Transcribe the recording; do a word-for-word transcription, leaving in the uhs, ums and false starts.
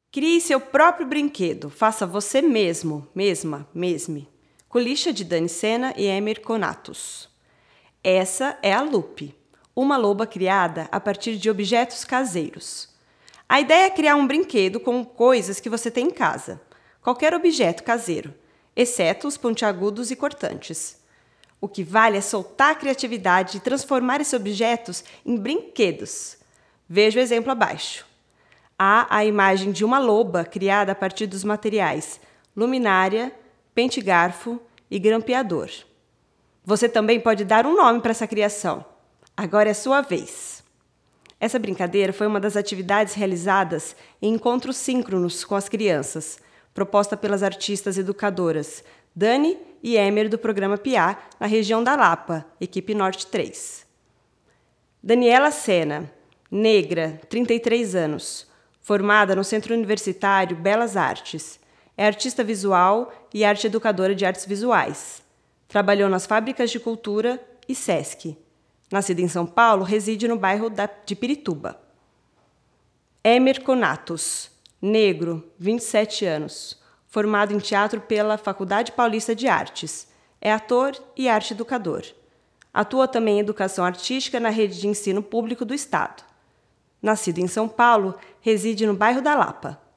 Crie seu próprio brinquedo. Faça você mesmo, mesma, mesme. Colicha de Dani Sena e Emer Conatos. Essa é a Lupe, uma loba criada a partir de objetos caseiros. A ideia é criar um brinquedo com coisas que você tem em casa. Qualquer objeto caseiro, exceto os pontiagudos e cortantes. O que vale é soltar a criatividade e transformar esses objetos em brinquedos. Veja o exemplo abaixo. Há a imagem de uma loba criada a partir dos materiais luminária, pente-garfo e grampeador. Você também pode dar um nome para essa criação. Agora é sua vez. Essa brincadeira foi uma das atividades realizadas em encontros síncronos com as crianças, proposta pelas artistas educadoras Dani e Emer do programa P I A, na região da Lapa, equipe Norte três. Daniela Sena, negra, trinta e três anos, formada no Centro Universitário Belas Artes. É artista visual e arte educadora de artes visuais. Trabalhou nas fábricas de cultura e Sesc. Nascida em São Paulo, reside no bairro de Pirituba. Emer Conatos, negro, vinte e sete anos, formado em teatro pela Faculdade Paulista de Artes. É ator e arte educador. Atua também em educação artística na rede de ensino público do Estado. Nascido em São Paulo, reside no bairro da Lapa.